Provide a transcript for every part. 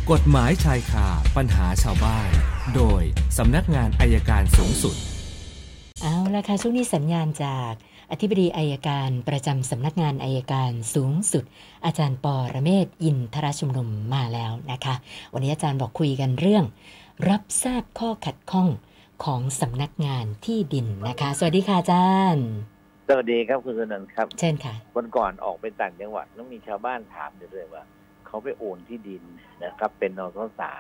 กฎหมายชายคาปัญหาชาวบ้านโดยสำนักงานอัยการสูงสุดเอาละค่ะช่วงนี้สัญญาณจากอธิบดีอัยการประจำสำนักงานอัยการสูงสุดอาจารย์ปรเมศวร์อินทรชุมนุมมาแล้วนะคะวันนี้อาจารย์บอกคุยกันเรื่องรับทราบข้อขัดข้องของสำนักงานที่ดินนะคะสวัสดีค่ะอาจารย์สวัสดีครับคุณสนันท์ครับเชิญค่ะวันก่อนออกไปต่างจังหวัดแล้วมีชาวบ้านถามเลยว่าเขาไปโอนที่ดินนะครับเป็นนส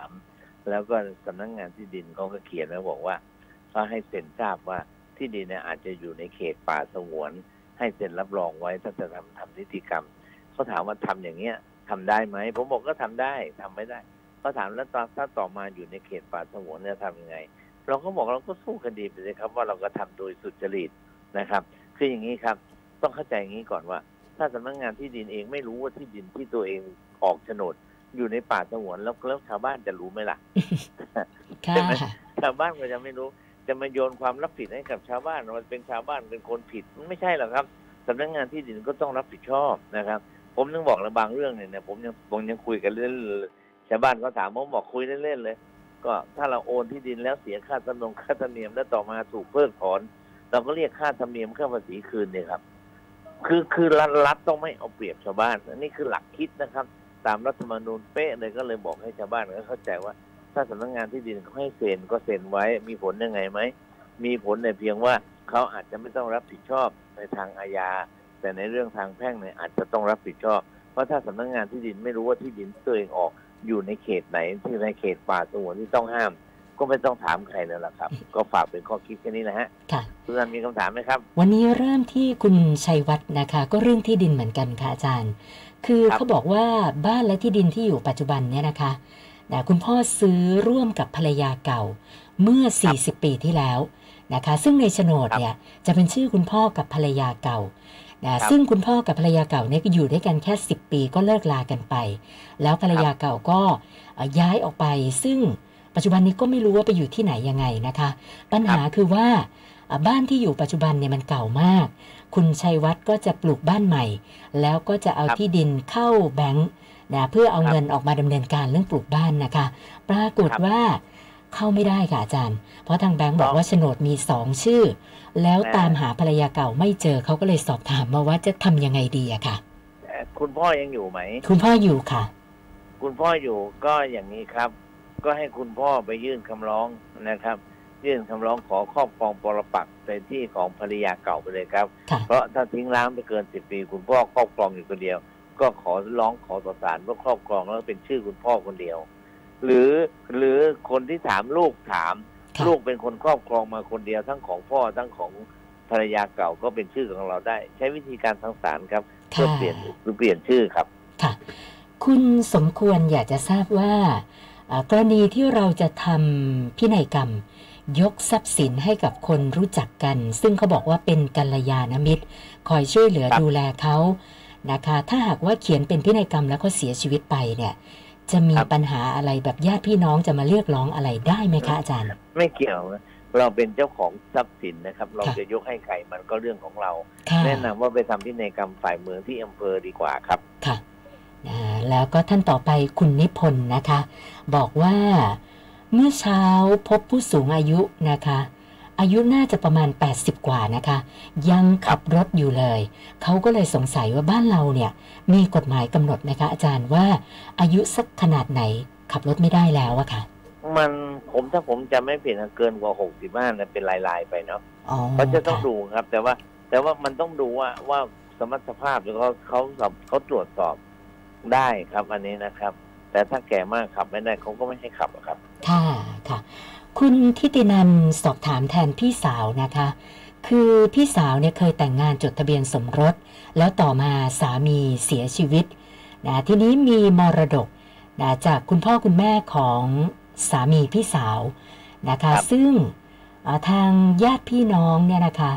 .3แล้วก็สำนักงานที่ดินเขาก็เขียนแล้วบอกว่าเขาให้เซ็นทราบว่าที่ดินเนี่ยอาจจะอยู่ในเขตป่าสงวนให้เซ็นรับรองไว้ถ้าจะทำนิติกรรมเขาถามว่าทำอย่างเงี้ยทำได้ไหมผมบอกก็ทำได้ทำไม่ได้เขาถามแล้วถ้าต่อมาอยู่ในเขตป่าสงวนเนี่ยทำยังไงเราก็บอกเราก็สู้คดีไปเลยครับว่าเราก็ทำโดยสุจริตนะครับคืออย่างนี้ครับต้องเข้าใจอย่างนี้ก่อนว่าถ้าสำนักงานที่ดินเองไม่รู้ว่าที่ดินที่ตัวเองออกโฉนดอยู่ในป่าสงวนแล้วชาวบ้านจะรู้ไหมล่ะใช่ไหมชาวบ้านก็จะไม่รู้จะมาโยนความรับผิดให้กับชาวบ้านมันเป็นชาวบ้านเป็นคนผิดมันไม่ใช่หรอกครับสำนักงานที่ดินก็ต้องรับผิดชอบนะครับผมนึกบอกแล้วบางเรื่องเนี่ยผมยังคุยกันเล่นชาวบ้านก็ถามผมบอกคุยเล่นๆเลยก็ถ้าเราโอนที่ดินแล้วเสียค่าธรรมเนียมแล้วต่อมาถูกเพิกถอนเราก็เรียกค่าธรรมเนียมค่าภาษีคืนเนี่ยครับคือรัฐต้องไม่เอาเปรียบชาวบ้านนี่คือหลักคิดนะครับตามรัฐธรรมนูญเป๊ะเลยก็เลยบอกให้ชาวบ้านก็เข้าใจว่าถ้าสำนักงานที่ดินเขาให้เซ็นก็เซ็นไว้มีผลยังไงไหมมีผลในเพียงว่าเขาอาจจะไม่ต้องรับผิดชอบในทางอาญาแต่ในเรื่องทางแพ่งเนี่ยอาจจะต้องรับผิดชอบเพราะถ้าสำนักงานที่ดินไม่รู้ว่าที่ดินตัวเองออกอยู่ในเขตไหนที่ในเขตป่าสงวนที่ต้องห้ามก็ไม่ต้องถามใครแล้วล่ะครับก็ฝากเป็นข้อคิดแค่นี้นะฮะค่ะคุณนันมีคำถามไหมครับวันนี้เริ่มที่คุณชัยวัฒน์นะคะก็เรื่องที่ดินเหมือนกันค่ะอาจารย์คือเขาบอกว่าบ้านและที่ดินที่อยู่ปัจจุบันเนี่ยนะคะคุณพ่อซื้อร่วมกับภรรยาเก่าเมื่อ40ปีที่แล้วนะคะซึ่งในโฉนดเนี่ยจะเป็นชื่อคุณพ่อกับภรรยาเก่าซึ่งคุณพ่อกับภรรยาเก่าเนี่ยก็อยู่ด้วยกันแค่10ปีก็เลิกลากันไปแล้วภรรยาเก่าก็ย้ายออกไปซึ่งปัจจุบันนี้ก็ไม่รู้ว่าไปอยู่ที่ไหนยังไงนะคะปัญหาคือว่าบ้านที่อยู่ปัจจุบันเนี่ยมันเก่ามากคุณชัยวัฒน์ก็จะปลูกบ้านใหม่แล้วก็จะเอาที่ดินเข้าแบงค์เพื่อเอาเงินออกมาดำเนินการเรื่องปลูกบ้านนะคะปรากฏว่าเข้าไม่ได้ค่ะอาจารย์เพราะทางแบงค์บอกว่าโฉนดมี2ชื่อแล้วตามหาภรรยาเก่าไม่เจอเขาก็เลยสอบถามมาว่าจะทำยังไงดีอะค่ะคุณพ่อยังอยู่ไหมคุณพ่ออยู่ค่ะคุณพ่ออยู่ก็อย่างนี้ครับก็ให้คุณพ่อไปยื่นคำร้องนะครับยื่นคำร้องขอครอบครองปรปักษ์ในที่ของภรรยาเก่าไปเลยครับเพราะถ้าทิ้งร้างไปเกิน10ปีคุณพ่อครอบครองอยู่คนเดียวก็ขอร้องขอต่อศาลว่าครอบครองแล้วเป็นชื่อคุณพ่อคนเดียวหรือคนที่ถามลูกเป็นคนครอบครองมาคนเดียวทั้งของพ่อทั้งของภรรยาเก่าก็เป็นชื่อของเราได้ใช้วิธีการทางศาลครับเพื่อเปลี่ยนชื่อครับค่ะคุณสมควรอยากจะทราบว่ากรณีที่เราจะทำพินัยกรรมยกทรัพย์สินให้กับคนรู้จักกันซึ่งเขาบอกว่าเป็นกัลยาณมิตรคอยช่วยเหลือดูแลเขานะคะถ้าหากว่าเขียนเป็นพินัยกรรมแล้วเขาเสียชีวิตไปเนี่ยจะมีปัญหาอะไรแบบญาติพี่น้องจะมาเรียกร้องอะไรได้ไหมคะอาจารย์ไม่เกี่ยวเราเป็นเจ้าของทรัพย์สินนะครับเราจะยกให้ใครมันก็เรื่องของเราแนะนำว่าไปทำพินัยกรรมฝ่ายเมืองที่อำเภอดีกว่าครับค่ะแล้วก็ท่านต่อไปคุณนิพนธ์นะคะบอกว่าเมื่อเช้าพบผู้สูงอายุนะคะอายุน่าจะประมาณ80กว่านะคะยังขับรถอยู่เลยเขาก็เลยสงสัยว่าบ้านเราเนี่ยมีกฎหมายกำหนดไหมคะอาจารย์ว่าอายุสักขนาดไหนขับรถไม่ได้แล้วอะค่ะถ้าผมจะไม่ผิดเกินกว่า65นะเป็นลายๆไปเนาะเขาจะต้องดูครับแต่ว่ามันต้องดูว่าสมรรถภาพหรือเขาตรวจสอบได้ครับอันนี้นะครับแต่ถ้าแก่มากขับไม่ได้เขาก็ไม่ให้ขับครับค่ะคุณทิตินันท์สอบถามแทนพี่สาวนะคะคือพี่สาวเนี่ยเคยแต่งงานจดทะเบียนสมรสแล้วต่อมาสามีเสียชีวิตทีนี้มีมรดกจากคุณพ่อคุณแม่ของสามีพี่สาวนะคะซึ่งทางญาติพี่น้องเนี่ยนะคะ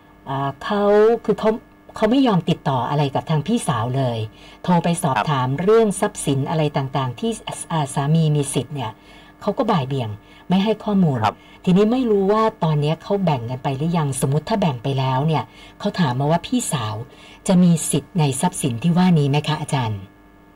เขาไม่ยอมติดต่ออะไรกับทางพี่สาวเลยโทรไปสอบถามเรื่องทรัพย์สินอะไรต่างๆที่สามีมีสิทธิ์เนี่ยเขาก็บ่ายเบี่ยงไม่ให้ข้อมูลทีนี้ไม่รู้ว่าตอนนี้เขาแบ่งกันไปหรือยังสมมติถ้าแบ่งไปแล้วเนี่ยเขาถามมาว่าพี่สาวจะมีสิทธิ์ในทรัพย์สินที่ว่านี้ไหมคะอาจารย์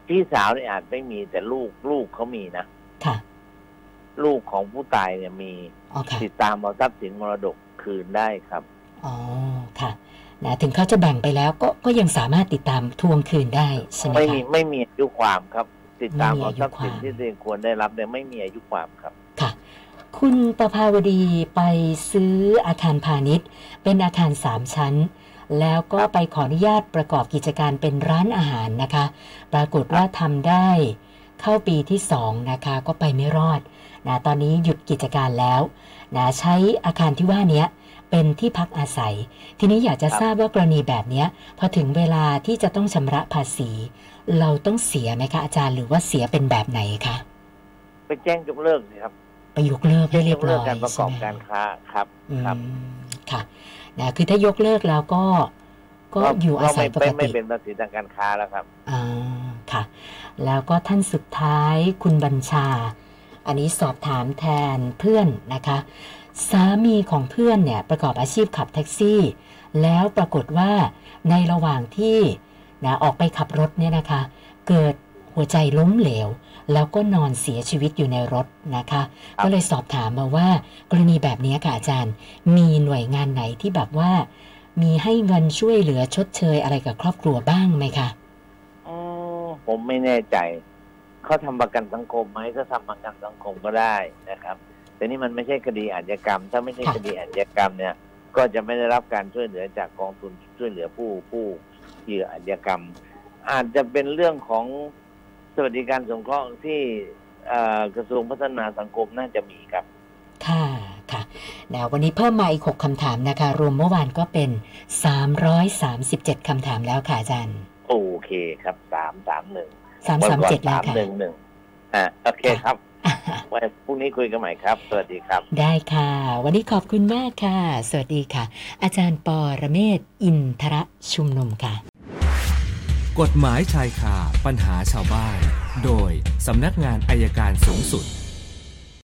พี่สาวเนี่ยอาจไม่มีแต่ลูกเขามีนะค่ะลูกของผู้ตายเนี่ยมีติดตามเอาทรัพย์สินมรดกคืนได้ครับอ๋อค่ะนะถึงเขาจะแบ่งไปแล้วก็ยังสามารถติดตามทวงคืนได้ใช่ไหมคะไม่มีอายุความครับติดตามเอาทรัพย์สินที่ตัวเองควรได้รับเนี่ยไม่มีอายุความครับค่ะคุณประภาวดีไปซื้ออาคารพาณิชย์เป็นอาคาร3 ชั้นแล้วก็ไปขออนุญาตประกอบกิจการเป็นร้านอาหารนะคะปรากฏว่าทำได้เข้าปีที่2นะคะก็ไปไม่รอดนะตอนนี้หยุดกิจการแล้วนะใช้อาคารที่ว่านี้เป็นที่พักอาศัยทีนี้อยากจะทราบว่ากรณีแบบนี้พอถึงเวลาที่จะต้องชำระภาษีเราต้องเสียไหมคะอาจารย์หรือว่าเสียเป็นแบบไหนคะไปแจ้งยกเลิกสิครับไปยกเลิกให้เรียบร้อยการประกอบการค้าครับค่ะนะคือถ้ายกเลิกแล้วก็อยู่อาศัยปกติไม่เป็นภาษีทางการค้าแล้วครับค่ะแล้วก็ท่านสุดท้ายคุณบัญชาอันนี้สอบถามแทนเพื่อนนะคะสามีของเพื่อนเนี่ยประกอบอาชีพขับแท็กซี่แล้วปรากฏว่าในระหว่างที่นะออกไปขับรถเนี่ยนะคะเกิดหัวใจล้มเหลวแล้วก็นอนเสียชีวิตอยู่ในรถนะคะก็เลยสอบถามมาว่ากรณีแบบนี้ค่ะอาจารย์มีหน่วยงานไหนที่แบบว่ามีให้เงินช่วยเหลือชดเชยอะไรกับครอบครัวบ้างไหมคะผมไม่แน่ใจเขาทำประกันสังคมไหมก็ทำประกันสังคมก็ได้นะครับแต่นี่มันไม่ใช่คดีอาชญากรรมถ้าไม่ใช่คดีอาชญากรรมเนี่ยก็จะไม่ได้รับการช่วยเหลือจากกองทุนช่วยเหลือผู้เหยื่ออาชญากรรมอาจจะเป็นเรื่องของสวัสดิการสงเคราะห์ที่กระทรวงพัฒนาสังคมน่าจะมีครับค่ะวันนี้เพิ่มมาอีก6คำถามนะคะรวมเมื่อวานก็เป็น337คำถามแล้วค่ะอาจารย์โอเคครับ 337แล้วค่ะ 1โอเคครับไว้พรุ่งนี้คุยกันใหม่ครับสวัสดีครับได้ค่ะวันนี้ขอบคุณมากค่ะสวัสดีค่ะอาจารย์ปรเมศวร์อินทรชุมนุมค่ะกฎหมายชายคาปัญหาชาวบ้านโดยสำนักงานอัยการสูงสุด